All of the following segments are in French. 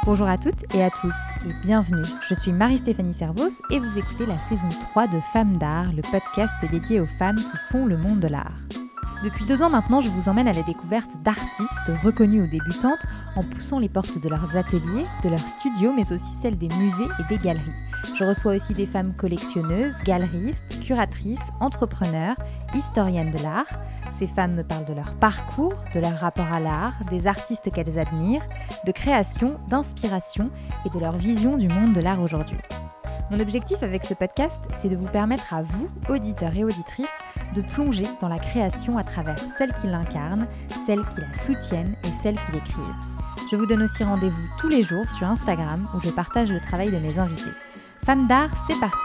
Bonjour à toutes et à tous et bienvenue. Je suis Marie-Stéphanie Servos et vous écoutez la saison 3 de Femmes d'Art, le podcast dédié aux femmes qui font le monde de l'art. Depuis 2 ans maintenant, je vous emmène à la découverte d'artistes reconnus ou débutantes en poussant les portes de leurs ateliers, de leurs studios, mais aussi celles des musées et des galeries. Je reçois aussi des femmes collectionneuses, galeristes, curatrices, entrepreneurs, historiennes de l'art. Ces femmes me parlent de leur parcours, de leur rapport à l'art, des artistes qu'elles admirent, de création, d'inspiration et de leur vision du monde de l'art aujourd'hui. Mon objectif avec ce podcast, c'est de vous permettre à vous, auditeurs et auditrices, de plonger dans la création à travers celles qui l'incarnent, celles qui la soutiennent et celles qui l'écrivent. Je vous donne aussi rendez-vous tous les jours sur Instagram où je partage le travail de mes invités. Femmes d'art, c'est parti!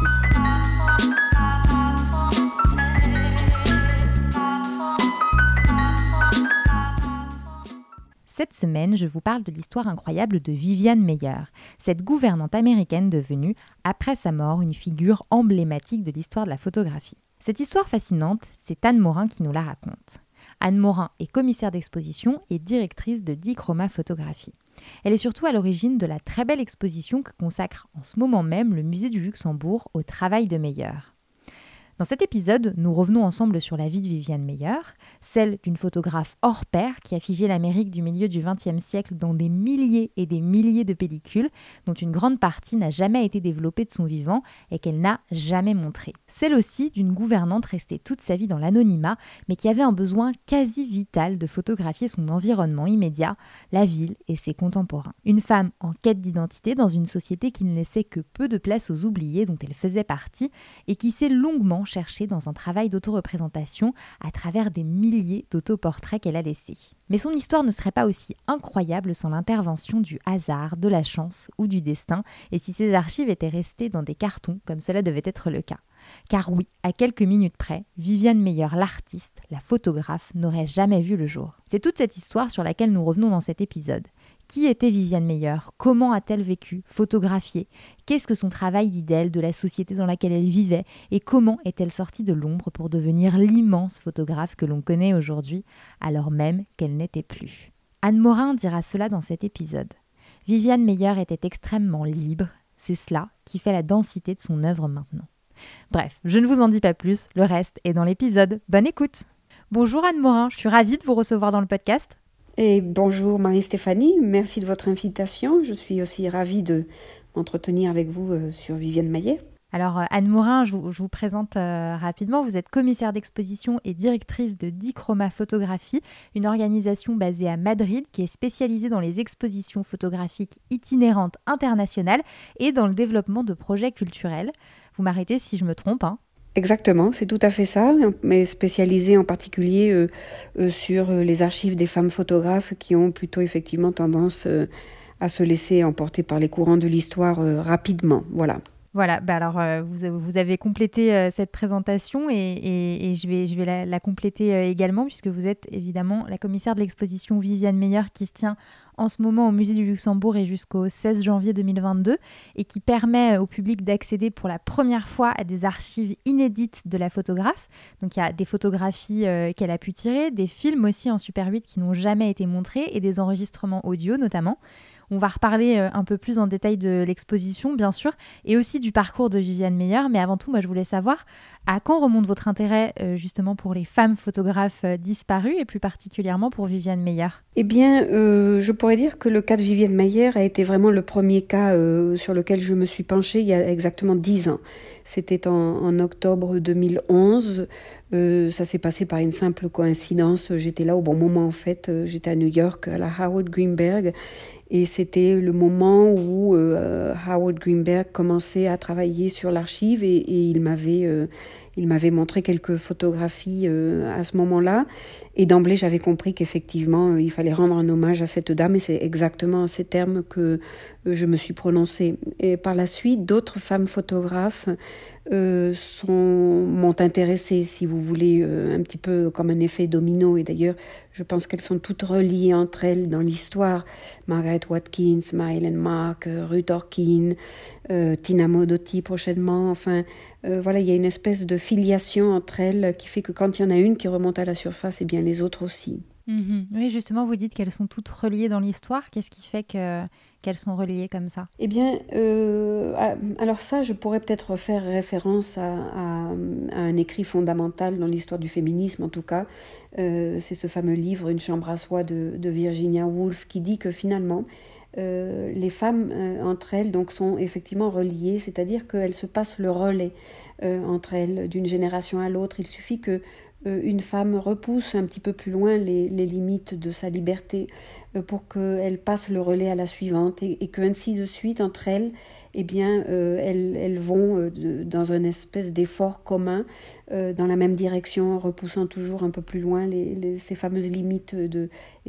Cette semaine, je vous parle de l'histoire incroyable de Vivian Maier, cette gouvernante américaine devenue, après sa mort, une figure emblématique de l'histoire de la photographie. Cette histoire fascinante, c'est Anne Morin qui nous la raconte. Anne Morin est commissaire d'exposition et directrice de Dichroma Photographie. Elle est surtout à l'origine de la très belle exposition que consacre en ce moment même le musée du Luxembourg au travail de Maier. Dans cet épisode, nous revenons ensemble sur la vie de Vivian Maier, celle d'une photographe hors pair qui a figé l'Amérique du milieu du XXe siècle dans des milliers et des milliers de pellicules dont une grande partie n'a jamais été développée de son vivant et qu'elle n'a jamais montrée. Celle aussi d'une gouvernante restée toute sa vie dans l'anonymat mais qui avait un besoin quasi vital de photographier son environnement immédiat, la ville et ses contemporains. Une femme en quête d'identité dans une société qui ne laissait que peu de place aux oubliés dont elle faisait partie et qui s'est longuement cherchée dans un travail d'autoreprésentation à travers des milliers d'autoportraits qu'elle a laissés. Mais son histoire ne serait pas aussi incroyable sans l'intervention du hasard, de la chance ou du destin, et si ses archives étaient restées dans des cartons comme cela devait être le cas. Car oui, à quelques minutes près, Vivian Maier, l'artiste, la photographe, n'aurait jamais vu le jour. C'est toute cette histoire sur laquelle nous revenons dans cet épisode. Qui était Vivian Maier? Comment a-t-elle vécu? Photographié? Qu'est-ce que son travail dit d'elle, de la société dans laquelle elle vivait? Et comment est-elle sortie de l'ombre pour devenir l'immense photographe que l'on connaît aujourd'hui, alors même qu'elle n'était plus? Anne Morin dira cela dans cet épisode. Vivian Maier était extrêmement libre, c'est cela qui fait la densité de son œuvre maintenant. Bref, je ne vous en dis pas plus, le reste est dans l'épisode. Bonne écoute! Bonjour Anne Morin, je suis ravie de vous recevoir dans le podcast. Et bonjour Marie-Stéphanie, merci de votre invitation. Je suis aussi ravie de m'entretenir avec vous sur Vivian Maier. Alors Anne Morin, je vous présente rapidement. Vous êtes commissaire d'exposition et directrice de Dichroma Photographie, une organisation basée à Madrid qui est spécialisée dans les expositions photographiques itinérantes internationales et dans le développement de projets culturels. Vous m'arrêtez si je me trompe, hein. Exactement, c'est tout à fait ça, mais spécialisé en particulier sur les archives des femmes photographes qui ont plutôt effectivement tendance à se laisser emporter par les courants de l'histoire rapidement, voilà. Voilà, alors vous avez complété cette présentation et je vais la compléter également puisque vous êtes évidemment la commissaire de l'exposition Vivian Maier qui se tient en ce moment au musée du Luxembourg et jusqu'au 16 janvier 2022 et qui permet au public d'accéder pour la première fois à des archives inédites de la photographe. Donc il y a des photographies qu'elle a pu tirer, des films aussi en Super 8 qui n'ont jamais été montrés et des enregistrements audio notamment. On va reparler un peu plus en détail de l'exposition, bien sûr, et aussi du parcours de Vivian Maier. Mais avant tout, moi, je voulais savoir à quand remonte votre intérêt justement pour les femmes photographes disparues et plus particulièrement pour Vivian Maier? Eh bien, je pourrais dire que le cas de Vivian Maier a été vraiment le premier cas sur lequel je me suis penchée il y a exactement 10 ans. C'était en octobre 2011. Ça s'est passé par une simple coïncidence. J'étais là au bon moment en fait. J'étais à New York, à la Howard Greenberg. Et c'était le moment où Howard Greenberg commençait à travailler sur l'archive et il m'avait montré quelques photographies à ce moment-là. Et d'emblée, j'avais compris qu'effectivement, il fallait rendre un hommage à cette dame et c'est exactement en ces termes que je me suis prononcée. Et par la suite, d'autres femmes photographes m'ont intéressée, si vous voulez, un petit peu comme un effet domino. Et d'ailleurs, je pense qu'elles sont toutes reliées entre elles dans l'histoire. Margaret Watkins, Marilyn Mark, Ruth Orkin, Tina Modotti prochainement. Enfin, voilà, il y a une espèce de filiation entre elles qui fait que quand il y en a une qui remonte à la surface, eh bien les autres aussi. Mhm. Oui, justement, vous dites qu'elles sont toutes reliées dans l'histoire. Qu'est-ce qui fait qu'elles sont reliées comme ça? Eh bien, alors ça, je pourrais peut-être faire référence à un écrit fondamental dans l'histoire du féminisme, en tout cas. C'est ce fameux livre Une chambre à soi de Virginia Woolf qui dit que finalement, les femmes entre elles donc, sont effectivement reliées, c'est-à-dire qu'elles se passent le relais entre elles d'une génération à l'autre. Il suffit que une femme repousse un petit peu plus loin les limites de sa liberté pour qu'elle passe le relais à la suivante et qu'ainsi de suite entre elles, eh bien, elles vont dans une espèce d'effort commun dans la même direction, repoussant toujours un peu plus loin ces fameuses limites et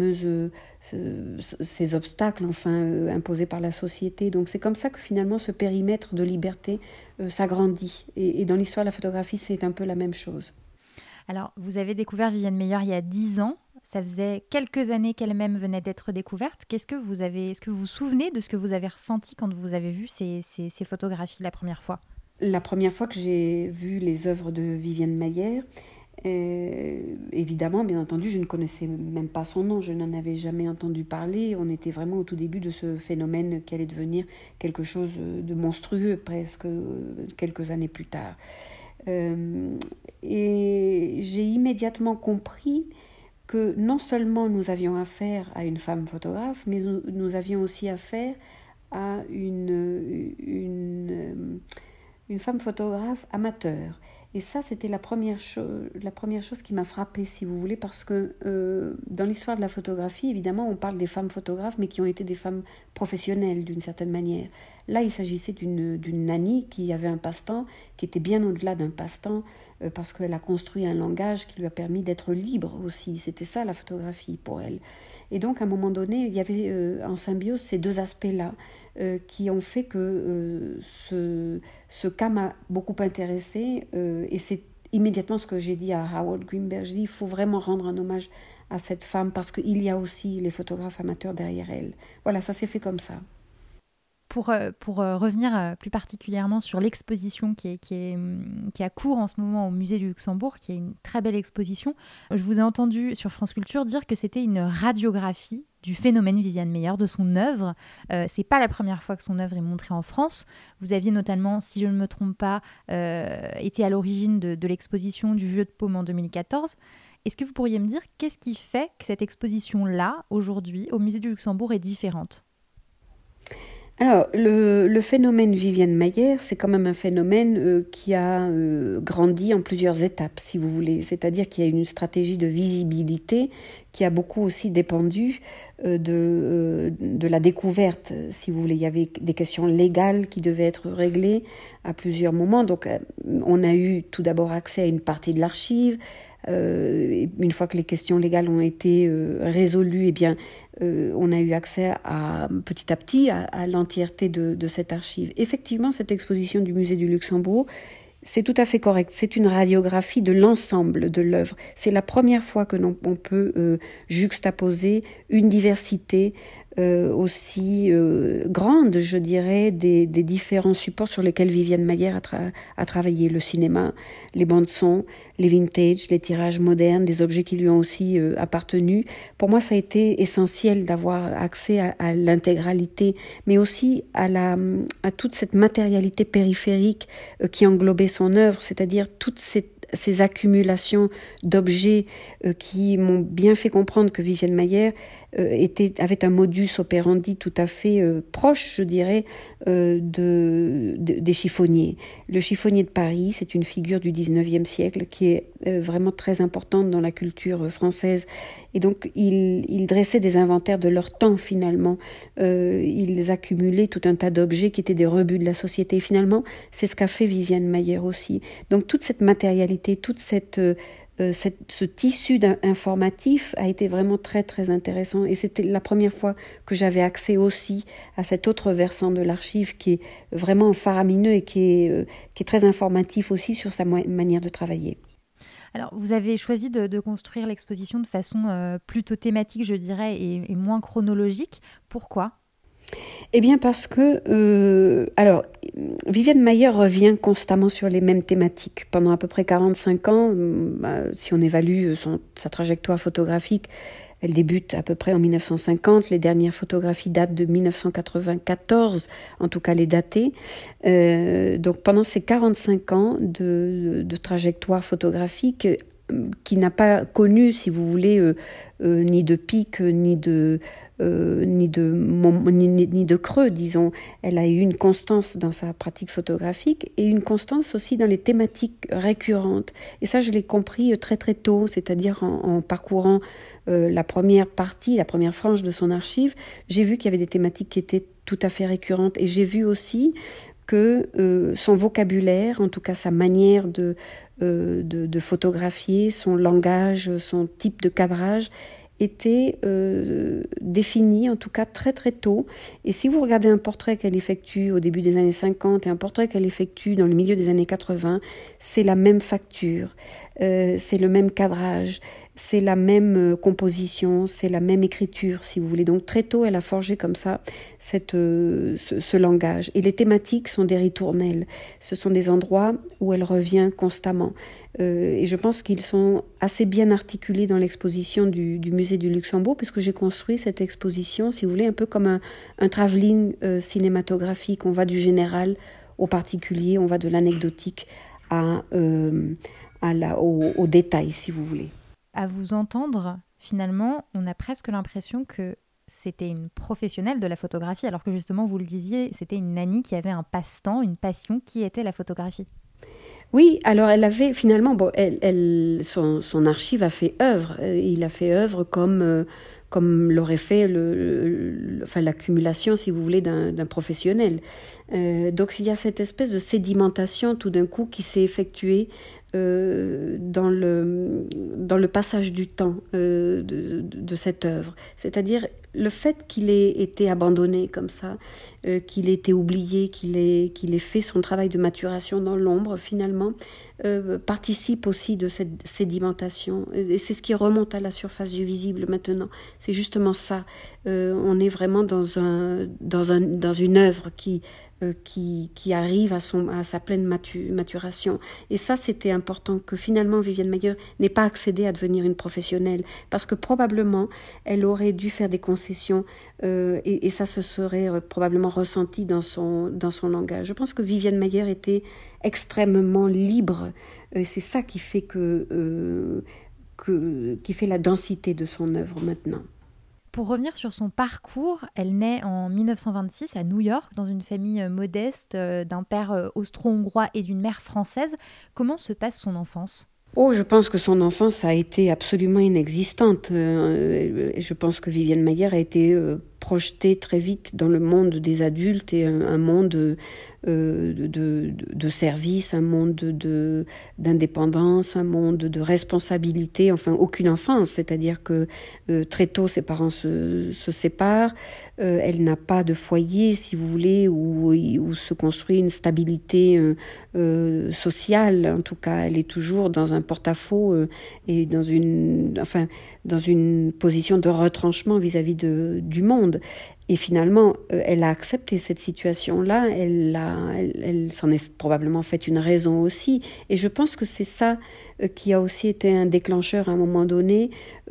ces obstacles enfin imposés par la société. Donc c'est comme ça que finalement ce périmètre de liberté s'agrandit. Et dans l'histoire de la photographie, c'est un peu la même chose. Alors, vous avez découvert Viviane Meyer il y a 10 ans. Ça faisait quelques années qu'elle-même venait d'être découverte. Est-ce que vous vous souvenez de ce que vous avez ressenti quand vous avez vu ces photographies la première fois? La première fois que j'ai vu les œuvres de Viviane Meyer, évidemment, bien entendu, je ne connaissais même pas son nom, je n'en avais jamais entendu parler. On était vraiment au tout début de ce phénomène qui allait devenir quelque chose de monstrueux presque quelques années plus tard. Et j'ai immédiatement compris que non seulement nous avions affaire à une femme photographe, mais nous avions aussi affaire à une femme photographe amateur. Et ça, c'était la première chose qui m'a frappée, si vous voulez, parce que dans l'histoire de la photographie, évidemment, on parle des femmes photographes, mais qui ont été des femmes professionnelles, d'une certaine manière. Là, il s'agissait d'une nanny qui avait un passe-temps, qui était bien au-delà d'un passe-temps, parce qu'elle a construit un langage qui lui a permis d'être libre aussi. C'était ça, la photographie, pour elle. Et donc, à un moment donné, il y avait en symbiose ces deux aspects-là, qui ont fait que ce cas m'a beaucoup intéressée et c'est immédiatement ce que j'ai dit à Howard Greenberg. J'ai dit il faut vraiment rendre un hommage à cette femme parce qu'il y a aussi les photographes amateurs derrière elle. Voilà, ça s'est fait comme ça. Pour revenir plus particulièrement sur l'exposition qui a cours en ce moment au Musée du Luxembourg, qui est une très belle exposition, je vous ai entendu sur France Culture dire que c'était une radiographie du phénomène Viviane Meyer, de son œuvre. C'est pas la première fois que son œuvre est montrée en France. Vous aviez notamment, si je ne me trompe pas, été à l'origine de l'exposition du Jeu de Paume en 2014. Est-ce que vous pourriez me dire qu'est-ce qui fait que cette exposition-là, aujourd'hui, au Musée du Luxembourg, est différente ? Alors, le phénomène Viviane Meyer, c'est quand même un phénomène qui a grandi en plusieurs étapes, si vous voulez. C'est-à-dire qu'il y a une stratégie de visibilité qui a beaucoup aussi dépendu de la découverte, si vous voulez. Il y avait des questions légales qui devaient être réglées à plusieurs moments. Donc, on a eu tout d'abord accès à une partie de l'archive. Une fois que les questions légales ont été résolues, eh bien, on a eu accès petit à petit à l'entièreté de cette archive. Effectivement, cette exposition du Musée du Luxembourg, c'est tout à fait correct. C'est une radiographie de l'ensemble de l'œuvre. C'est la première fois que on peut juxtaposer une diversité aussi grande, je dirais, des différents supports sur lesquels Viviane Meyer a travaillé. Le cinéma, les bandes-sons, les vintage, les tirages modernes, des objets qui lui ont aussi appartenu. Pour moi, ça a été essentiel d'avoir accès à l'intégralité, mais aussi à toute cette matérialité périphérique qui englobait son œuvre, c'est-à-dire toutes ces accumulations d'objets qui m'ont bien fait comprendre que Viviane Meyer avait un modus operandi tout à fait proche, je dirais, des chiffonniers. Le chiffonnier de Paris, c'est une figure du 19e siècle qui est vraiment très importante dans la culture française. Et donc, ils dressaient des inventaires de leur temps, finalement. Ils accumulaient tout un tas d'objets qui étaient des rebuts de la société. Et finalement, c'est ce qu'a fait Viviane Meyer aussi. Donc, toute cette matérialité, toute ce tissu informatif a été vraiment très très intéressant et c'était la première fois que j'avais accès aussi à cet autre versant de l'archive qui est vraiment faramineux et qui est très informatif aussi sur sa manière de travailler. Alors, vous avez choisi de construire l'exposition de façon plutôt thématique, je dirais, et moins chronologique. Pourquoi ? Eh bien parce que, alors, Viviane Maier revient constamment sur les mêmes thématiques. Pendant à peu près 45 ans, si on évalue sa trajectoire photographique, elle débute à peu près en 1950. Les dernières photographies datent de 1994, en tout cas les datées. Donc pendant ces 45 ans de trajectoire photographique, qui n'a pas connu, si vous voulez, ni de pic, ni de creux, disons. Elle a eu une constance dans sa pratique photographique et une constance aussi dans les thématiques récurrentes. Et ça, je l'ai compris très très tôt, c'est-à-dire en parcourant la première partie, la première frange de son archive, j'ai vu qu'il y avait des thématiques qui étaient tout à fait récurrentes. Et j'ai vu aussi que son vocabulaire, en tout cas sa manière de photographier, son langage, son type de cadrage, était défini, en tout cas très très tôt. Et si vous regardez un portrait qu'elle effectue au début des années 50 et un portrait qu'elle effectue dans le milieu des années 80, c'est la même facture, c'est le même cadrage, c'est la même composition, c'est la même écriture, si vous voulez. Donc très tôt, elle a forgé comme ça ce langage. Et les thématiques sont des ritournelles. Ce sont des endroits où elle revient constamment. Et je pense qu'ils sont assez bien articulés dans l'exposition du musée du Luxembourg, puisque j'ai construit cette exposition, si vous voulez, un peu comme un travelling cinématographique. On va du général au particulier, on va de l'anecdotique au détail, si vous voulez. À vous entendre, finalement, on a presque l'impression que c'était une professionnelle de la photographie, alors que justement, vous le disiez, c'était une nanny qui avait un passe-temps, une passion qui était la photographie. Oui, alors elle avait finalement, son archive a fait œuvre. Il a fait œuvre comme l'aurait fait l'accumulation, si vous voulez, d'un professionnel. Donc il y a cette espèce de sédimentation tout d'un coup qui s'est effectuée dans le passage du temps de cette œuvre. C'est-à-dire le fait qu'il ait été abandonné comme ça, qu'il ait été oublié, qu'il ait fait son travail de maturation dans l'ombre finalement, participe aussi de cette sédimentation. Et c'est ce qui remonte à la surface du visible maintenant. C'est justement ça. On est vraiment dans une œuvre qui arrive à sa pleine maturation. Et ça, c'était important que finalement Viviane Maier n'ait pas accédé à devenir une professionnelle, parce que probablement elle aurait dû faire des concessions et ça se serait probablement ressenti dans son langage. Je pense que Viviane Maier était extrêmement libre. C'est ça qui fait qui fait la densité de son œuvre maintenant. Pour revenir sur son parcours, elle naît en 1926 à New York dans une famille modeste d'un père austro-hongrois et d'une mère française. Comment se passe son enfance ? Oh, je pense que son enfance a été absolument inexistante. Je pense que Viviane Maier a été projetée très vite dans le monde des adultes et un monde de service, un monde d'indépendance, un monde de responsabilité, enfin aucune enfance, c'est-à-dire que très tôt ses parents se séparent, elle n'a pas de foyer, si vous voulez, où se construit une stabilité sociale. En tout cas, elle est toujours dans un porte-à-faux et dans une position de retranchement vis-à-vis du monde. Et finalement, elle a accepté cette situation-là, elle s'en est probablement fait une raison aussi. Et je pense que c'est ça qui a aussi été un déclencheur à un moment donné,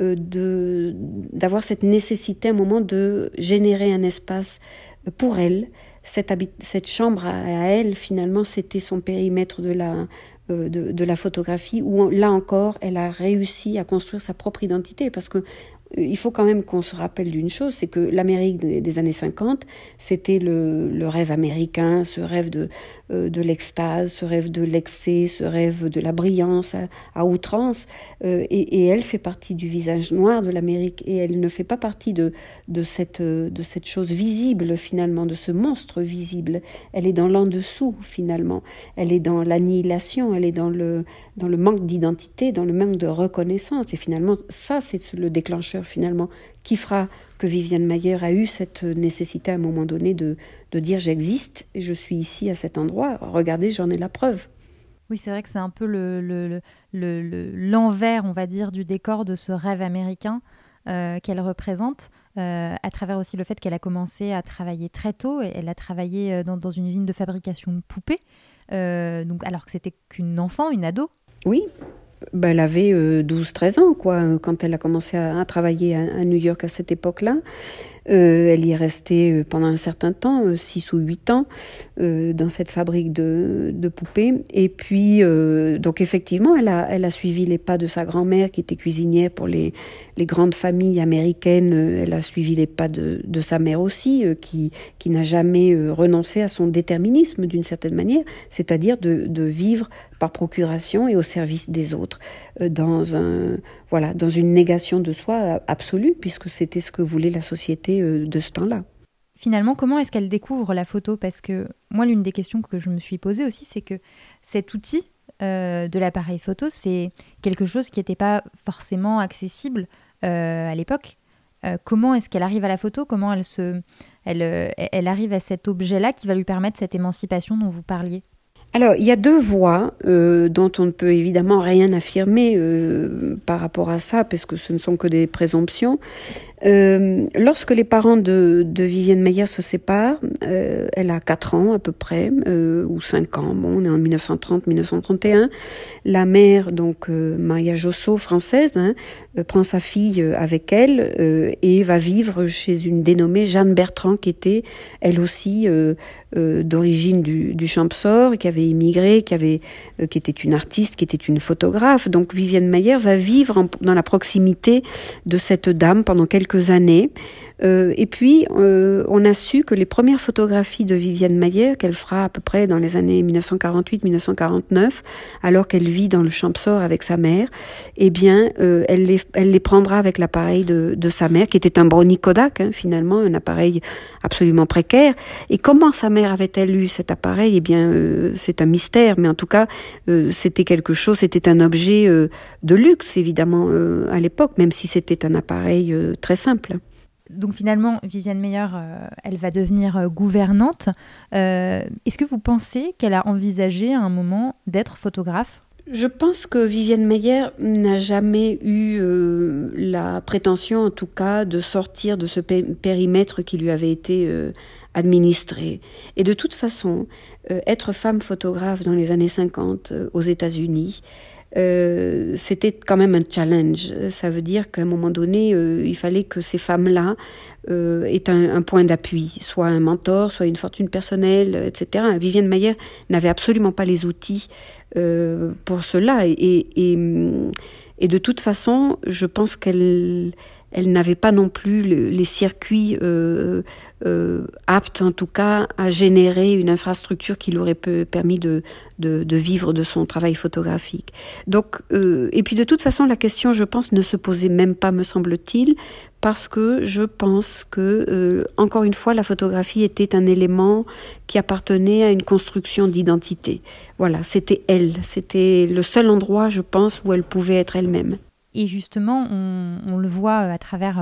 d'avoir cette nécessité à un moment de générer un espace pour elle. Cette chambre à elle, finalement, c'était son périmètre de la photographie, où là encore, elle a réussi à construire sa propre identité, parce que il faut quand même qu'on se rappelle d'une chose, c'est que l'Amérique des années 50, c'était le rêve américain, ce rêve de l'extase, ce rêve de l'excès, ce rêve de la brillance à outrance. Et elle fait partie du visage noir de l'Amérique, et elle ne fait pas partie de cette chose visible finalement, de ce monstre visible. Elle est dans l'en-dessous finalement. Elle est dans l'annihilation, elle est dans le manque d'identité, dans le manque de reconnaissance. Et finalement, ça, c'est le déclencheur finalement qui fera que Viviane Maier a eu cette nécessité à un moment donné de dire j'existe et je suis ici à cet endroit, regardez, j'en ai la preuve. Oui, c'est vrai que c'est un peu l'envers, on va dire, du décor de ce rêve américain qu'elle représente. à travers aussi le fait qu'elle a commencé à travailler très tôt. Elle a travaillé dans une usine de fabrication de poupées, donc, alors que c'était qu'une enfant, une ado. Oui, ben, elle avait 12-13 ans, quoi, quand elle a commencé à travailler à New York à cette époque-là. Elle y est restée pendant un certain temps, 6 ou 8 ans, dans cette fabrique de poupées. Et puis, donc effectivement, elle a suivi les pas de sa grand-mère qui était cuisinière pour les grandes familles américaines. Elle a suivi les pas de sa mère aussi, qui n'a jamais renoncé à son déterminisme d'une certaine manière, c'est-à-dire de vivre par procuration et au service des autres, dans une négation de soi absolue, puisque c'était ce que voulait la société de ce temps-là. Finalement, comment est-ce qu'elle découvre la photo ? Parce que moi, l'une des questions que je me suis posée aussi, c'est que cet outil de l'appareil photo, c'est quelque chose qui n'était pas forcément accessible à l'époque. Comment est-ce qu'elle arrive à la photo ? Comment elle arrive à cet objet-là qui va lui permettre cette émancipation dont vous parliez ? Alors, il y a deux voies dont on ne peut évidemment rien affirmer par rapport à ça, parce que ce ne sont que des présomptions. Lorsque les parents de Viviane Maier se séparent, elle a 4 ans à peu près, ou 5 ans, bon, on est en 1930-1931. La mère, donc Maria Josso, française, prend sa fille avec elle et va vivre chez une dénommée Jeanne Bertrand, qui était elle aussi d'origine du Champsaur, qui avait immigré, qui était une artiste, qui était une photographe. Donc Viviane Maier va vivre dans la proximité de cette dame pendant quelques années. Et puis, on a su que les premières photographies de Viviane Maier, qu'elle fera à peu près dans les années 1948-1949, alors qu'elle vit dans le Champsaur avec sa mère, eh bien, elle les prendra avec l'appareil de sa mère, qui était un Brownie Kodak, finalement, un appareil absolument précaire. Et comment sa mère avait-elle eu cet appareil ? Eh bien, c'est un mystère, mais en tout cas, c'était un objet de luxe, évidemment, à l'époque, même si c'était un appareil très simple. Donc finalement, Viviane Maier, elle va devenir gouvernante. Est-ce que vous pensez qu'elle a envisagé à un moment d'être photographe ? Je pense que Viviane Maier n'a jamais eu la prétention, en tout cas, de sortir de ce périmètre qui lui avait été administré. Et de toute façon, être femme photographe dans les années 50 aux États-Unis, c'était quand même un challenge. Ça veut dire qu'à un moment donné, il fallait que ces femmes-là aient un point d'appui, soit un mentor, soit une fortune personnelle, etc. Viviane Maier n'avait absolument pas les outils pour cela. Et de toute façon, je pense qu'elle n'avait pas non plus les circuits aptes, en tout cas, à générer une infrastructure qui lui aurait permis de vivre de son travail photographique. Donc, et puis de toute façon, la question, je pense, ne se posait même pas, me semble-t-il, parce que je pense que, encore une fois, la photographie était un élément qui appartenait à une construction d'identité. Voilà, c'était elle. C'était le seul endroit, je pense, où elle pouvait être elle-même. Et justement, on le voit à travers,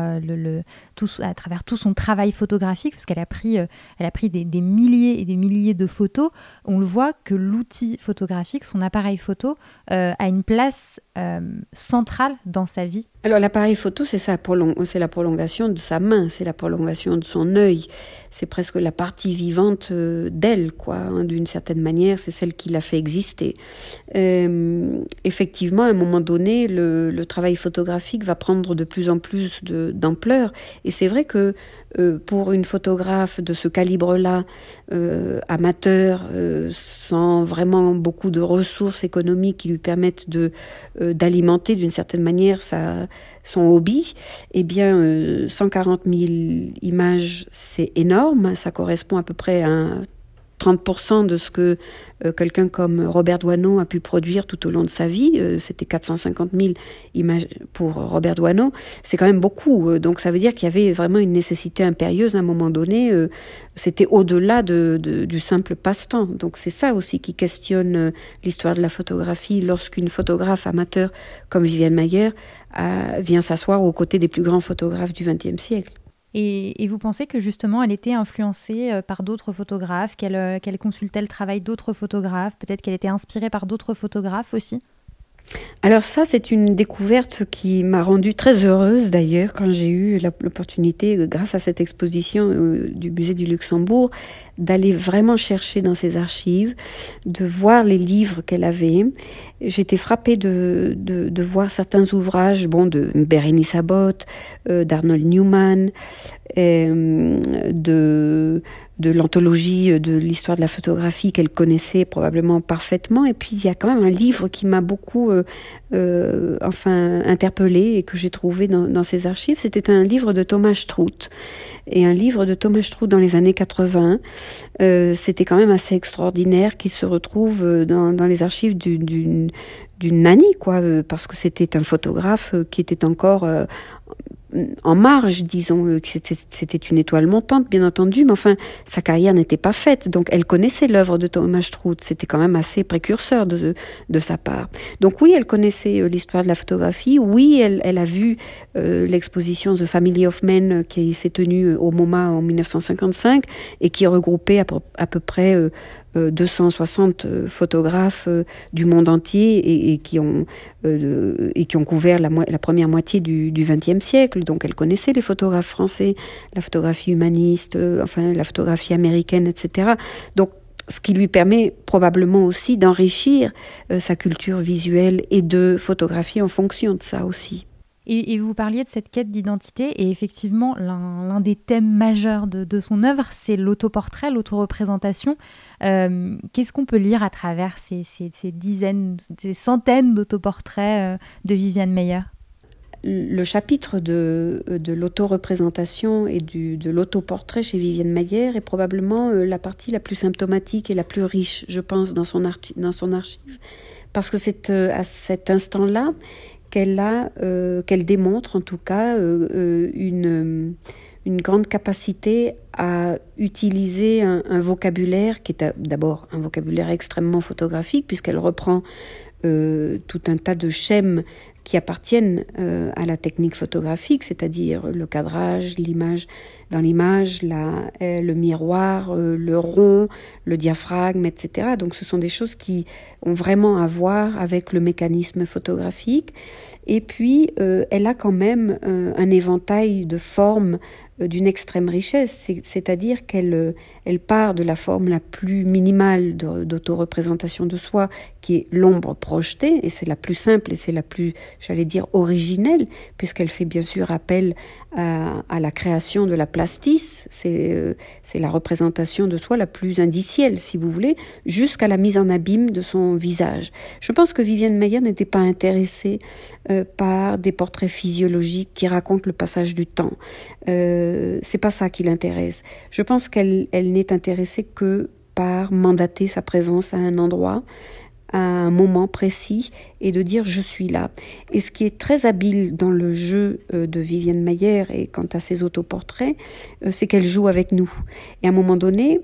à travers tout son travail photographique, parce qu'elle a pris des milliers et des milliers de photos. On le voit que l'outil photographique, son appareil photo, a une place centrale dans sa vie. Alors l'appareil photo, c'est la prolongation de sa main, c'est la prolongation de son œil. C'est presque la partie vivante d'elle, quoi. D'une certaine manière, c'est celle qui l'a fait exister. Effectivement, à un moment donné, le travail photographique va prendre de plus en plus d'ampleur. Et c'est vrai que pour une photographe de ce calibre-là, amateur, sans vraiment beaucoup de ressources économiques qui lui permettent d'alimenter d'une certaine manière son hobby, eh bien 140 000 images, c'est énorme, ça correspond à peu près à 30% de ce que quelqu'un comme Robert Doisneau a pu produire tout au long de sa vie. C'était 450 000 images pour Robert Doisneau. C'est quand même beaucoup. Donc ça veut dire qu'il y avait vraiment une nécessité impérieuse à un moment donné. C'était au-delà du simple passe-temps. Donc c'est ça aussi qui questionne l'histoire de la photographie lorsqu'une photographe amateur comme Viviane Maier vient s'asseoir aux côtés des plus grands photographes du XXe siècle. Et vous pensez que justement elle était influencée par d'autres photographes, qu'elle consultait le travail d'autres photographes, peut-être qu'elle était inspirée par d'autres photographes aussi ? Alors ça, c'est une découverte qui m'a rendue très heureuse d'ailleurs quand j'ai eu l'opportunité, grâce à cette exposition du musée du Luxembourg, d'aller vraiment chercher dans ses archives, de voir les livres qu'elle avait. J'étais frappée de voir certains ouvrages, de Bérénice Abbott, d'Arnold Newman, de l'anthologie de l'histoire de la photographie qu'elle connaissait probablement parfaitement. Et puis il y a quand même un livre qui m'a beaucoup interpellée et que j'ai trouvé dans ses archives. C'était un livre de Thomas Struth. Et un livre de Thomas Struth dans les années 80, c'était quand même assez extraordinaire qu'il se retrouve dans les archives d'une nanny, parce que c'était un photographe qui était encore en marge, disons, que c'était une étoile montante, bien entendu, mais enfin, sa carrière n'était pas faite, donc elle connaissait l'œuvre de Thomas Struth, c'était quand même assez précurseur de sa part. Donc oui, elle connaissait l'histoire de la photographie, oui, elle a vu l'exposition The Family of Men qui s'est tenue au MoMA en 1955 et qui regroupait à peu près 260 photographes du monde entier et qui ont couvert la première moitié du XXe siècle. Donc elle connaissait les photographes français, la photographie humaniste, la photographie américaine, etc. Donc ce qui lui permet probablement aussi d'enrichir sa culture visuelle et de photographier en fonction de ça aussi. Et vous parliez de cette quête d'identité, et effectivement, l'un des thèmes majeurs de son œuvre, c'est l'autoportrait, l'autoreprésentation. Qu'est-ce qu'on peut lire à travers ces dizaines, ces centaines d'autoportraits de Viviane Maier ? Le chapitre de l'autoreprésentation et de l'autoportrait chez Viviane Maier est probablement la partie la plus symptomatique et la plus riche, je pense, dans son archive. Parce que c'est à cet instant-là qu'elle démontre en tout cas une grande capacité à utiliser un vocabulaire qui est d'abord un vocabulaire extrêmement photographique, puisqu'elle reprend tout un tas de schèmes qui appartiennent à la technique photographique, c'est-à-dire le cadrage, l'image dans l'image, le miroir, le rond, le diaphragme, etc. Donc ce sont des choses qui ont vraiment à voir avec le mécanisme photographique. Et puis, elle a quand même un éventail de formes d'une extrême richesse, c'est-à-dire qu'elle part de la forme la plus minimale d'autoreprésentation de soi, qui est l'ombre projetée, et c'est la plus simple et c'est la plus, j'allais dire, originelle, puisqu'elle fait bien sûr appel à la création de la plastice, c'est la représentation de soi la plus indicielle, si vous voulez, jusqu'à la mise en abîme de son visage. Je pense que Viviane Maier n'était pas intéressée par des portraits physiologiques qui racontent le passage du temps. C'est pas ça qui l'intéresse. Je pense qu'elle n'est intéressée que par mandater sa présence à un endroit, à un moment précis, et de dire je suis là. Et ce qui est très habile dans le jeu de Viviane Maier et quant à ses autoportraits, c'est qu'elle joue avec nous. Et à un moment donné,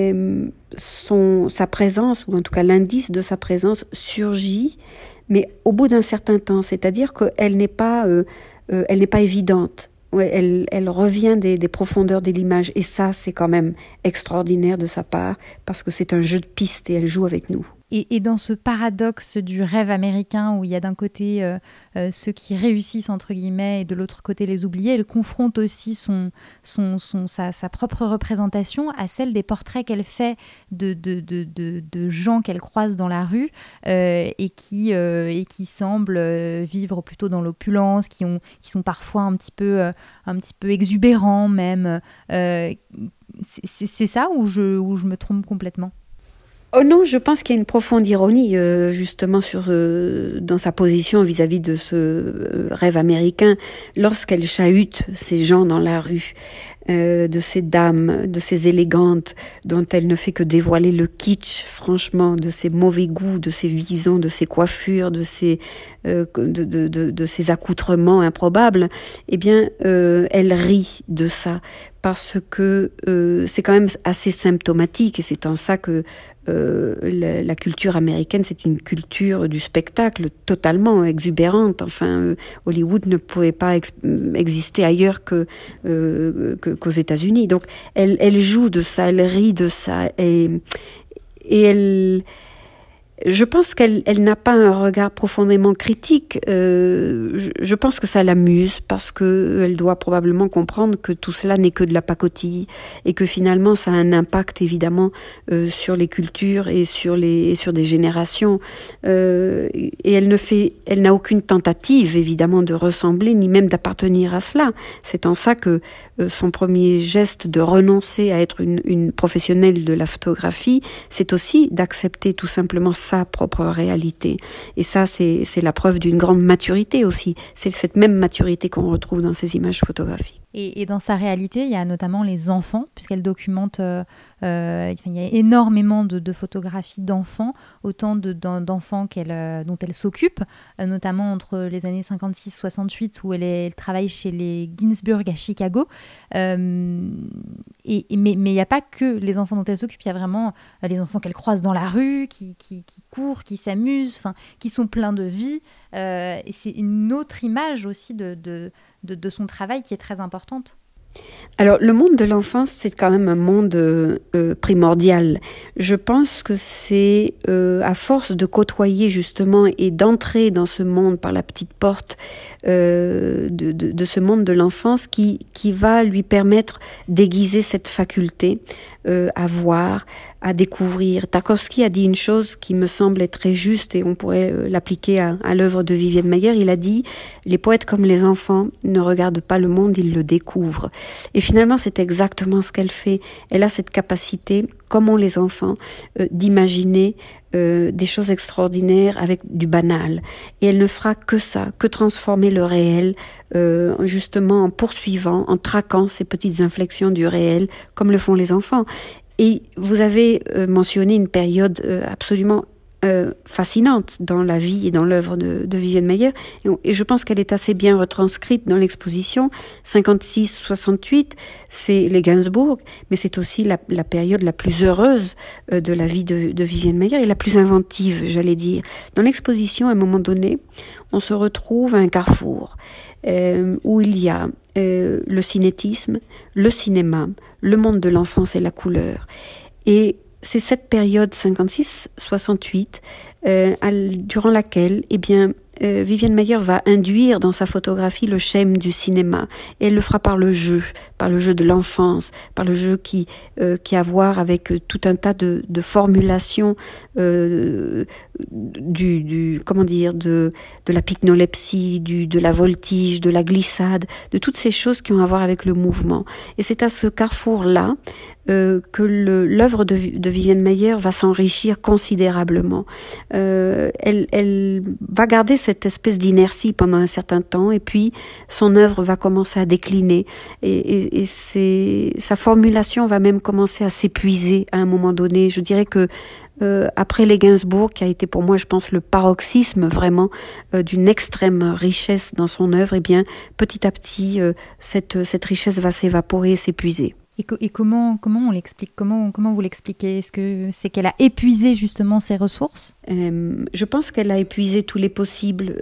sa présence, ou en tout cas l'indice de sa présence, surgit, mais au bout d'un certain temps, c'est-à-dire qu'elle n'est pas évidente. Ouais, elle revient des profondeurs de l'image, et ça, c'est quand même extraordinaire de sa part, parce que c'est un jeu de piste et elle joue avec nous. Et dans ce paradoxe du rêve américain, où il y a d'un côté ceux qui réussissent, entre guillemets, et de l'autre côté les oubliés, elle confronte aussi sa propre représentation à celle des portraits qu'elle fait de gens qu'elle croise dans la rue et qui semblent vivre plutôt dans l'opulence, qui sont parfois un petit peu exubérants même. C'est ça ou je me trompe complètement ? Oh non, je pense qu'il y a une profonde ironie justement dans sa position vis-à-vis de ce rêve américain lorsqu'elle chahute ces gens dans la rue, de ces dames, de ces élégantes dont elle ne fait que dévoiler le kitsch, franchement, de ces mauvais goûts, de ces visons, de ces coiffures, de ces accoutrements improbables. Eh bien, elle rit de ça parce que c'est quand même assez symptomatique, et c'est en ça que la culture américaine, c'est une culture du spectacle totalement exubérante. Enfin, Hollywood ne pouvait pas exister ailleurs qu'aux États-Unis. Donc, elle joue de ça, elle rit de ça, et elle, Je pense qu'elle n'a pas un regard profondément critique. Je pense que ça l'amuse parce que elle doit probablement comprendre que tout cela n'est que de la pacotille et que finalement ça a un impact évidemment sur les cultures et sur des générations. Et elle n'a aucune tentative évidemment de ressembler ni même d'appartenir à cela. C'est en ça que son premier geste de renoncer à être une professionnelle de la photographie, c'est aussi d'accepter tout simplement sa propre réalité. Et ça, c'est la preuve d'une grande maturité aussi. C'est cette même maturité qu'on retrouve dans ces images photographiques. Et dans sa réalité, il y a notamment les enfants, puisqu'elle documente, il y a énormément de photographies d'enfants, autant d'enfants dont elle s'occupe, notamment entre les années 56-68, où elle travaille chez les Ginsburg à Chicago. Mais il n'y a pas que les enfants dont elle s'occupe, il y a vraiment les enfants qu'elle croise dans la rue, qui courent, qui s'amusent, qui sont pleins de vie. Et c'est une autre image aussi de son travail qui est très importante. Alors, le monde de l'enfance, c'est quand même un monde primordial. Je pense que c'est à force de côtoyer justement et d'entrer dans ce monde par la petite porte de ce monde de l'enfance qui va lui permettre d'aiguiser cette faculté à voir, à découvrir. Tarkovsky a dit une chose qui me semble être très juste et on pourrait l'appliquer à l'œuvre de Viviane Maier. Il a dit « Les poètes comme les enfants ne regardent pas le monde, ils le découvrent ». Et finalement, c'est exactement ce qu'elle fait. Elle a cette capacité, comme ont les enfants, d'imaginer des choses extraordinaires avec du banal. Et elle ne fera que ça, que transformer le réel, justement en poursuivant, en traquant ces petites inflexions du réel, comme le font les enfants. Et vous avez mentionné une période absolument fascinante dans la vie et dans l'œuvre de Viviane Maier, et je pense qu'elle est assez bien retranscrite dans l'exposition. 56-68, c'est les Gainsbourg, mais c'est aussi la période la plus heureuse de la vie de Viviane Maier et la plus inventive, j'allais dire. Dans l'exposition, à un moment donné, on se retrouve à un carrefour où il y a le cinétisme, le cinéma, le monde de l'enfance et la couleur. Et c'est cette période 56-68 durant laquelle, Viviane Maier va induire dans sa photographie le schème du cinéma. Et elle le fera par le jeu de l'enfance, par le jeu qui a à voir avec tout un tas de formulations de la pycnolepsie, de la voltige, de la glissade, de toutes ces choses qui ont à voir avec le mouvement. Et c'est à ce carrefour-là que l'œuvre de Viviane Maier va s'enrichir considérablement. Elle va garder cette espèce d'inertie pendant un certain temps et puis son œuvre va commencer à décliner et sa formulation va même commencer à s'épuiser à un moment donné. Je dirais que après les Gainsbourg, qui a été pour moi, je pense, le paroxysme vraiment d'une extrême richesse dans son œuvre, petit à petit, cette richesse va s'évaporer et s'épuiser. Et comment on l'explique? Comment vous l'expliquez? Est-ce que c'est qu'elle a épuisé justement ses ressources? Je pense qu'elle a épuisé tous les possibles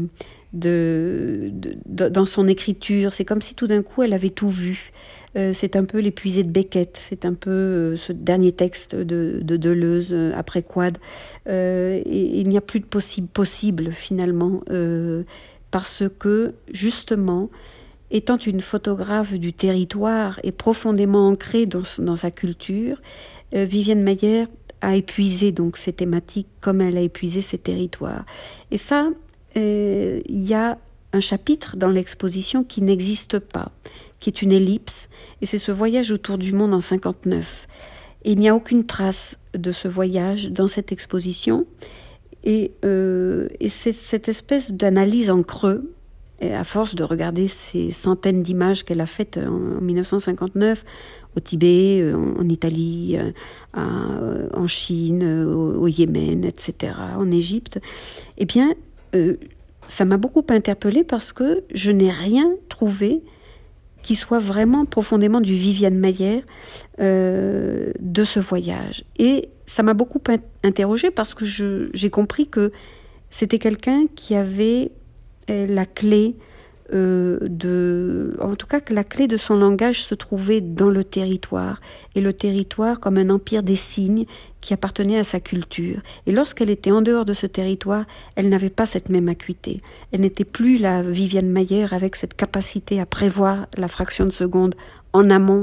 dans son écriture. C'est comme si tout d'un coup elle avait tout vu. C'est un peu l'épuisé de Beckett, c'est un peu ce dernier texte de Deleuze après Quad. Et il n'y a plus de possible finalement, parce que justement, étant une photographe du territoire et profondément ancrée dans sa culture, Viviane Maier a épuisé donc ces thématiques comme elle a épuisé ses territoires. Et ça, il y a un chapitre dans l'exposition qui n'existe pas, qui est une ellipse, et c'est ce voyage autour du monde en 59. Et il n'y a aucune trace de ce voyage dans cette exposition, et c'est cette espèce d'analyse en creux. Et à force de regarder ces centaines d'images qu'elle a faites en 1959, au Tibet, en Italie, en Chine, au Yémen, etc., en Égypte, ça m'a beaucoup interpellée parce que je n'ai rien trouvé qui soit vraiment profondément du Viviane Maier de ce voyage. Et ça m'a beaucoup interrogée parce que j'ai compris que c'était quelqu'un qui avait la clé en tout cas que la clé de son langage se trouvait dans le territoire, et le territoire comme un empire des signes qui appartenait à sa culture. Et lorsqu'elle était en dehors de ce territoire, elle n'avait pas cette même acuité. Elle n'était plus la Viviane Maier avec cette capacité à prévoir la fraction de seconde en amont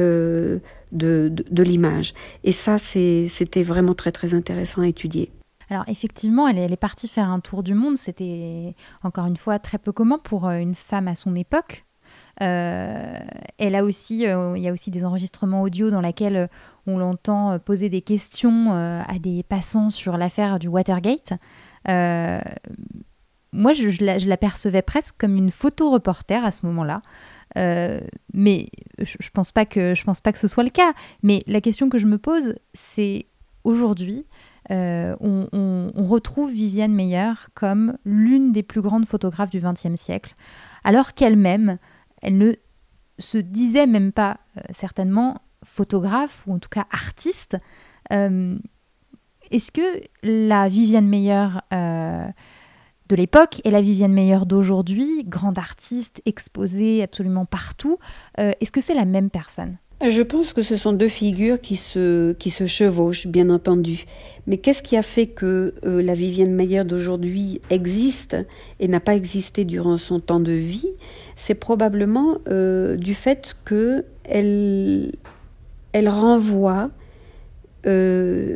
de l'image. Et ça, c'était vraiment très très intéressant à étudier. Alors effectivement, elle est partie faire un tour du monde. C'était encore une fois très peu commun pour une femme à son époque. Elle a aussi, il y a aussi des enregistrements audio dans lesquels on l'entend poser des questions à des passants sur l'affaire du Watergate. Moi, je la percevais presque comme une photoreporter à ce moment-là. Mais je pense pas que ce soit le cas. Mais la question que je me pose, c'est aujourd'hui, on retrouve Viviane Maier comme l'une des plus grandes photographes du XXe siècle, alors qu'elle-même, elle ne se disait même pas certainement photographe, ou en tout cas artiste. Est-ce que la Viviane Maier de l'époque et la Viviane Maier d'aujourd'hui, grande artiste, exposée absolument partout, est-ce que c'est la même personne ? Je pense que ce sont deux figures qui se chevauchent, bien entendu. Mais qu'est-ce qui a fait que la Viviane Maier d'aujourd'hui existe et n'a pas existé durant son temps de vie ? C'est probablement du fait qu'elle renvoie une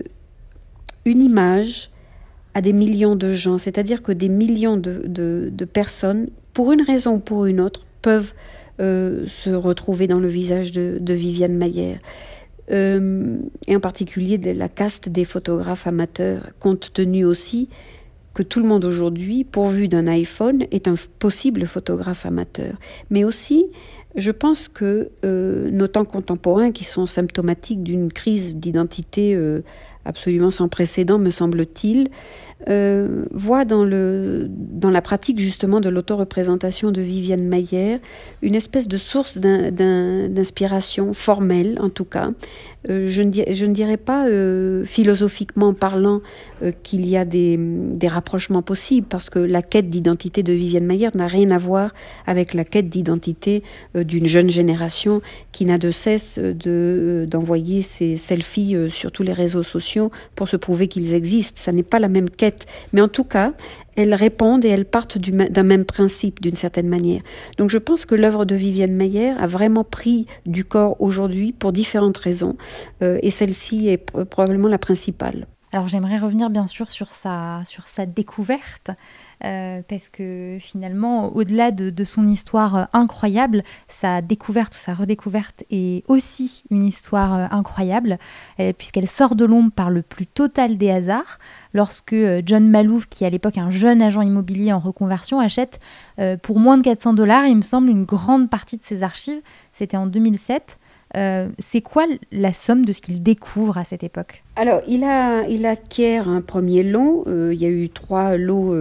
image à des millions de gens. C'est-à-dire que des millions de personnes, pour une raison ou pour une autre, peuvent se retrouver dans le visage de Viviane Maier. Et en particulier de la caste des photographes amateurs, compte tenu aussi que tout le monde aujourd'hui, pourvu d'un iPhone, est un possible photographe amateur. Mais aussi, je pense que nos temps contemporains, qui sont symptomatiques d'une crise d'identité absolument sans précédent, me semble-t-il, voit dans la pratique justement de l'autoreprésentation de Viviane Maier une espèce de source d'inspiration formelle, en tout cas. Je ne dirais pas philosophiquement parlant qu'il y a des rapprochements possibles, parce que la quête d'identité de Viviane Maier n'a rien à voir avec la quête d'identité d'une jeune génération qui n'a de cesse d'envoyer ses selfies sur tous les réseaux sociaux pour se prouver qu'ils existent. Ça n'est pas la même quête, mais en tout cas, elles répondent et elles partent d'un même principe, d'une certaine manière. Donc je pense que l'œuvre de Viviane Maier a vraiment pris du corps aujourd'hui pour différentes raisons, et celle-ci est probablement la principale. Alors j'aimerais revenir bien sûr sur sa découverte, parce que finalement, au-delà de son histoire incroyable, sa découverte ou sa redécouverte est aussi une histoire incroyable, puisqu'elle sort de l'ombre par le plus total des hasards, lorsque John Malouf, qui est à l'époque un jeune agent immobilier en reconversion, achète pour moins de $400, il me semble, une grande partie de ses archives. C'était en 2007. C'est quoi la somme de ce qu'il découvre à cette époque ? Alors, il acquiert un premier lot. Il y a eu 3 lots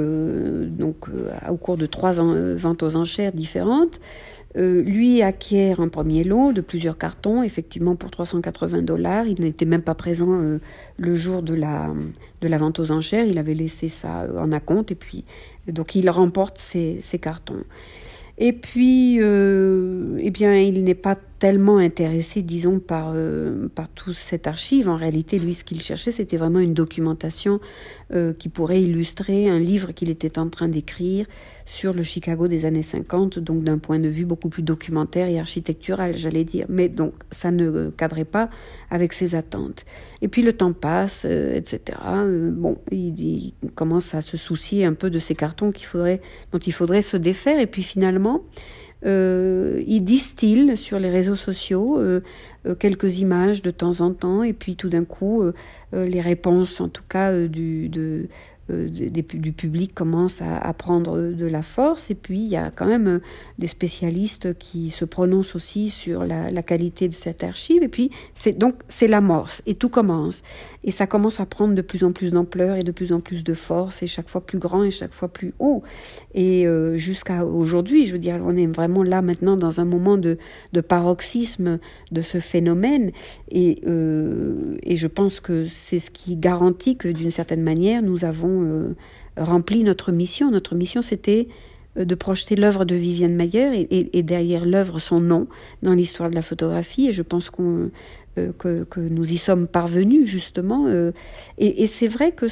au cours de 3 ventes aux enchères différentes. Lui acquiert un premier lot de plusieurs cartons, effectivement pour $380. Il n'était même pas présent le jour de la vente aux enchères. Il avait laissé ça en acompte, et puis donc il remporte ces cartons. Et puis, il n'est pas tellement intéressé, disons, par toute cette archive. En réalité, lui, ce qu'il cherchait, c'était vraiment une documentation qui pourrait illustrer un livre qu'il était en train d'écrire sur le Chicago des années 50, donc d'un point de vue beaucoup plus documentaire et architectural, j'allais dire. Mais donc, ça ne cadrait pas avec ses attentes. Et puis, le temps passe, etc. Il commence à se soucier un peu de ces cartons dont il faudrait se défaire. Et puis, finalement, il distille sur les réseaux sociaux quelques images de temps en temps, et puis tout d'un coup, les réponses, en tout cas, du public commencent à prendre de la force, et puis il y a quand même des spécialistes qui se prononcent aussi sur la qualité de cette archive, et puis c'est l'amorce, et tout commence, et ça commence à prendre de plus en plus d'ampleur et de plus en plus de force, et chaque fois plus grand et chaque fois plus haut, et jusqu'à aujourd'hui, je veux dire, on est vraiment là maintenant dans un moment de paroxysme de ce phénomène, et je pense que c'est ce qui garantit que d'une certaine manière nous avons rempli notre mission. Notre mission, c'était de projeter l'œuvre de Viviane Mayer et derrière l'œuvre son nom dans l'histoire de la photographie. Et je pense que nous y sommes parvenus justement. Et c'est vrai que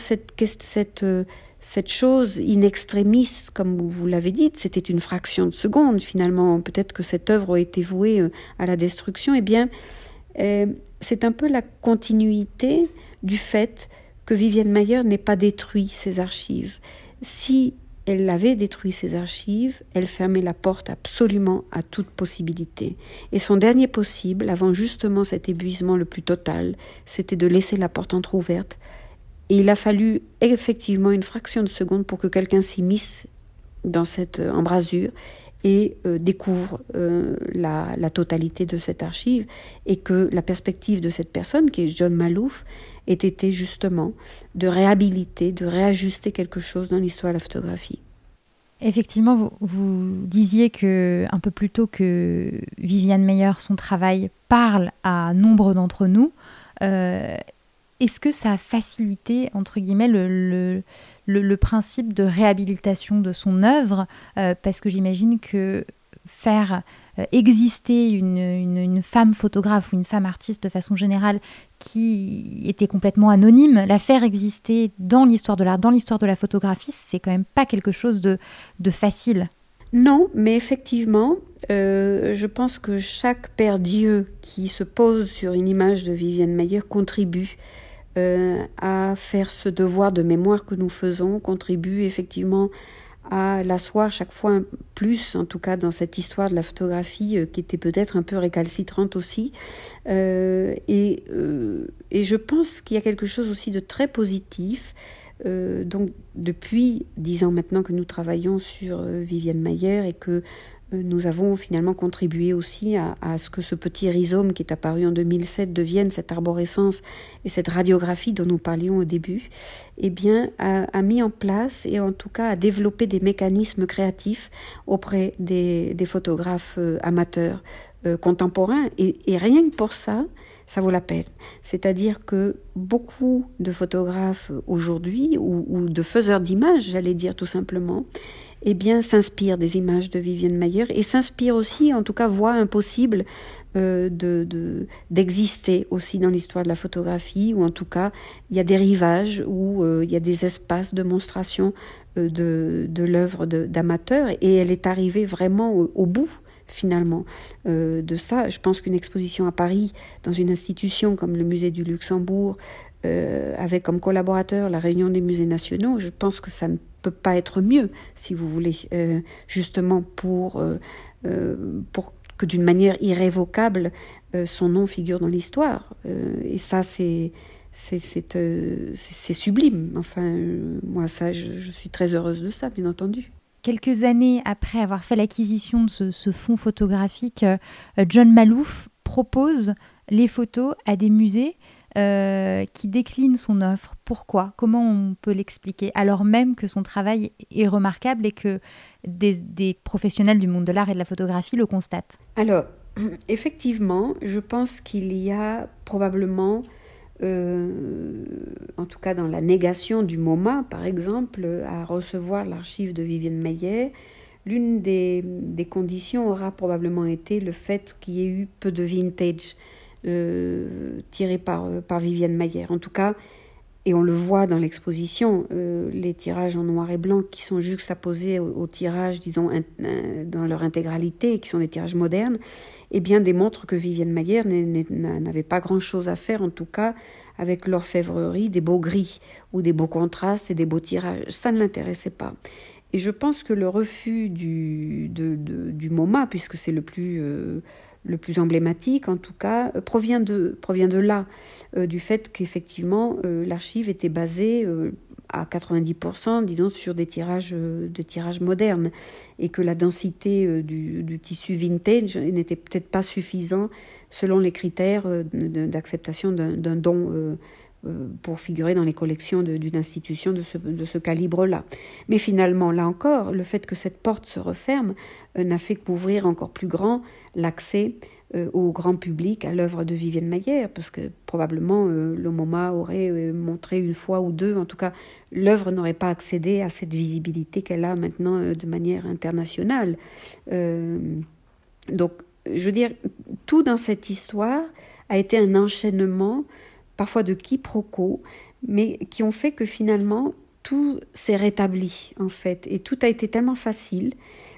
cette chose in extremis, comme vous l'avez dit, c'était une fraction de seconde finalement. Peut-être que cette œuvre a été vouée à la destruction. Eh bien, c'est un peu la continuité du fait que Viviane Mayer n'ait pas détruit ses archives. Si elle avait détruit ses archives, elle fermait la porte absolument à toute possibilité. Et son dernier possible, avant justement cet épuisement le plus total, c'était de laisser la porte entrouverte. Et il a fallu effectivement une fraction de seconde pour que quelqu'un s'immisce dans cette embrasure et découvre la totalité de cette archive, et que la perspective de cette personne, qui est John Maloof, ait été justement de réhabiliter, de réajuster quelque chose dans l'histoire de la photographie. Effectivement, vous disiez un peu plus tôt que Viviane Mayer, son travail parle à nombre d'entre nous. Est-ce que ça a facilité, entre guillemets, le principe de réhabilitation de son œuvre, parce que j'imagine que faire exister une femme photographe ou une femme artiste de façon générale qui était complètement anonyme, la faire exister dans l'histoire de l'art, dans l'histoire de la photographie, c'est quand même pas quelque chose de facile. Non, mais effectivement, je pense que chaque paire d'yeux qui se pose sur une image de Viviane Mayer contribue à faire ce devoir de mémoire que nous faisons, contribue effectivement à l'asseoir chaque fois plus, en tout cas dans cette histoire de la photographie qui était peut-être un peu récalcitrante aussi. Et je pense qu'il y a quelque chose aussi de très positif. Donc depuis 10 ans maintenant que nous travaillons sur Viviane Mayer et que nous avons finalement contribué aussi à ce que ce petit rhizome qui est apparu en 2007 devienne cette arborescence et cette radiographie dont nous parlions au début, eh bien, a mis en place et en tout cas a développé des mécanismes créatifs auprès des photographes amateurs contemporains. Et rien que pour ça, ça vaut la peine. C'est-à-dire que beaucoup de photographes aujourd'hui, ou de faiseurs d'images, j'allais dire tout simplement, eh bien, s'inspirent des images de Viviane Mayer et s'inspirent aussi, en tout cas, voient impossible d'exister aussi dans l'histoire de la photographie, ou en tout cas, il y a des rivages où il y a des espaces de monstration de l'œuvre d'amateurs, et elle est arrivée vraiment au bout finalement de ça. Je pense qu'une exposition à Paris dans une institution comme le musée du Luxembourg, avec comme collaborateur la Réunion des musées nationaux, je pense que ça ne peut pas être mieux, si vous voulez, justement pour que d'une manière irrévocable son nom figure dans l'histoire. Et ça, c'est sublime. Enfin, moi, ça, je suis très heureuse de ça, bien entendu. Quelques années après avoir fait l'acquisition de ce fonds photographique, John Maloof propose les photos à des musées qui déclinent son offre. Pourquoi ? Comment on peut l'expliquer ? Alors même que son travail est remarquable et que des professionnels du monde de l'art et de la photographie le constatent. Alors, effectivement, je pense qu'il y a probablement, en tout cas dans la négation du MoMA, par exemple, à recevoir l'archive de Viviane Mayer, l'une des conditions aura probablement été le fait qu'il y ait eu peu de vintage tiré par Viviane Mayer. En tout cas, et on le voit dans l'exposition, les tirages en noir et blanc qui sont juxtaposés aux tirages, disons, dans leur intégralité, qui sont des tirages modernes, eh bien, démontrent que Viviane Mayer n'avait pas grand-chose à faire, en tout cas, avec l'orfèvrerie des beaux gris ou des beaux contrastes et des beaux tirages. Ça ne l'intéressait pas. Et je pense que le refus du MoMA, puisque c'est le plus emblématique, en tout cas, provient de là, du fait qu'effectivement, l'archive était basée à 90%, disons, sur des tirages modernes, et que la densité du tissu vintage n'était peut-être pas suffisant selon les critères d'acceptation d'un don pour figurer dans les collections d'une institution de ce calibre-là. Mais finalement, là encore, le fait que cette porte se referme n'a fait qu'ouvrir encore plus grand l'accès au grand public à l'œuvre de Viviane Maier, parce que probablement le MoMA aurait montré une fois ou deux, en tout cas l'œuvre n'aurait pas accédé à cette visibilité qu'elle a maintenant de manière internationale. Donc, je veux dire, tout dans cette histoire a été un enchaînement, parfois de quiproquos, mais qui ont fait que finalement, tout s'est rétabli, en fait. Et tout a été tellement facile.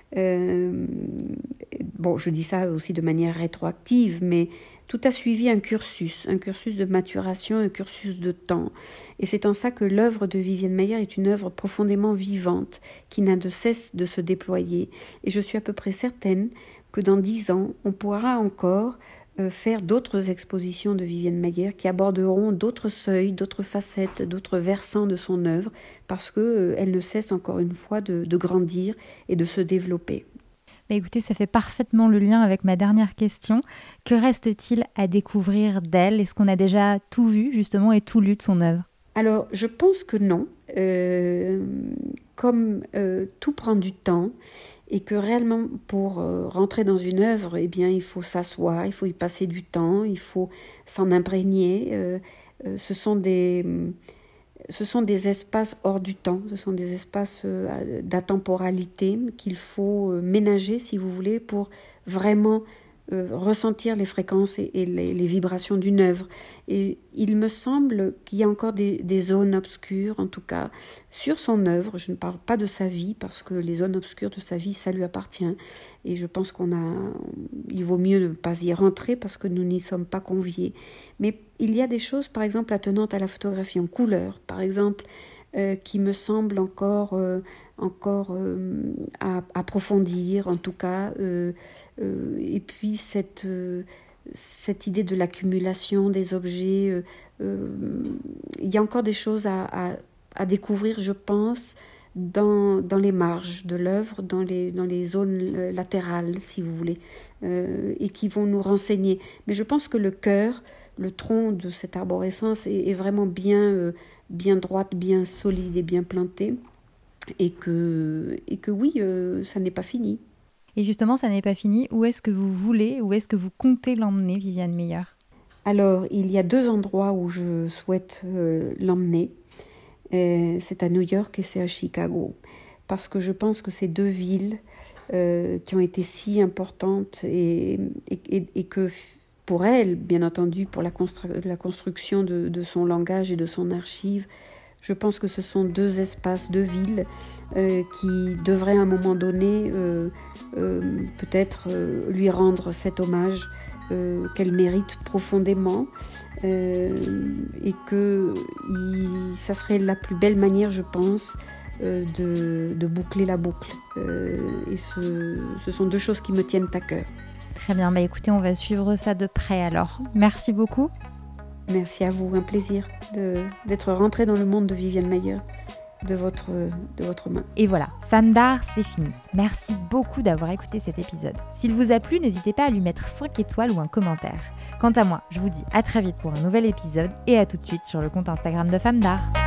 Bon, je dis ça aussi de manière rétroactive, mais tout a suivi un cursus de maturation, un cursus de temps. Et c'est en ça que l'œuvre de Viviane Maier est une œuvre profondément vivante, qui n'a de cesse de se déployer. Et je suis à peu près certaine que dans 10 ans, on pourra encore faire d'autres expositions de Viviane Maier qui aborderont d'autres seuils, d'autres facettes, d'autres versants de son œuvre, parce qu'elle ne cesse encore une fois de grandir et de se développer. Bah écoutez, ça fait parfaitement le lien avec ma dernière question. Que reste-t-il à découvrir d'elle ? Est-ce qu'on a déjà tout vu justement et tout lu de son œuvre ? Alors, je pense que non. Comme tout prend du temps, et que réellement pour rentrer dans une œuvre, eh bien, il faut s'asseoir, il faut y passer du temps, il faut s'en imprégner. Ce sont des espaces hors du temps, ce sont des espaces d'atemporalité qu'il faut ménager, si vous voulez, pour vraiment ressentir les fréquences et les vibrations d'une œuvre. Et il me semble qu'il y a encore des zones obscures, en tout cas, sur son œuvre. Je ne parle pas de sa vie, parce que les zones obscures de sa vie, ça lui appartient. Et je pense il vaut mieux ne pas y rentrer, parce que nous n'y sommes pas conviés. Mais il y a des choses, par exemple, attenantes à la photographie en couleur, par exemple, qui me semblent encore à approfondir, en tout cas. Et puis cette idée de l'accumulation des objets, il y a encore des choses à découvrir, je pense, dans les marges de l'œuvre, dans les zones latérales, si vous voulez, et qui vont nous renseigner. Mais je pense que le cœur, le tronc de cette arborescence est vraiment bien droite, bien solide et bien plantée, et que oui, ça n'est pas fini. Et justement, ça n'est pas fini. Où est-ce que vous comptez l'emmener, Viviane Maier ? Alors, il y a 2 endroits où je souhaite l'emmener. C'est à New York et c'est à Chicago. Parce que je pense que ces 2 villes qui ont été si importantes et que pour elle, bien entendu, pour la construction de son langage et de son archive, je pense que ce sont 2 espaces, 2 villes qui devraient à un moment donné peut-être lui rendre cet hommage qu'elle mérite profondément, et que ça serait la plus belle manière, je pense, de boucler la boucle. Et ce sont 2 choses qui me tiennent à cœur. Très bien, écoutez, on va suivre ça de près alors. Merci beaucoup. Merci à vous, un plaisir d'être rentrée dans le monde de Viviane Maier, de votre main. Et voilà, Femme d'art, c'est fini. Merci beaucoup d'avoir écouté cet épisode. S'il vous a plu, n'hésitez pas à lui mettre 5 étoiles ou un commentaire. Quant à moi, je vous dis à très vite pour un nouvel épisode et à tout de suite sur le compte Instagram de Femme d'art.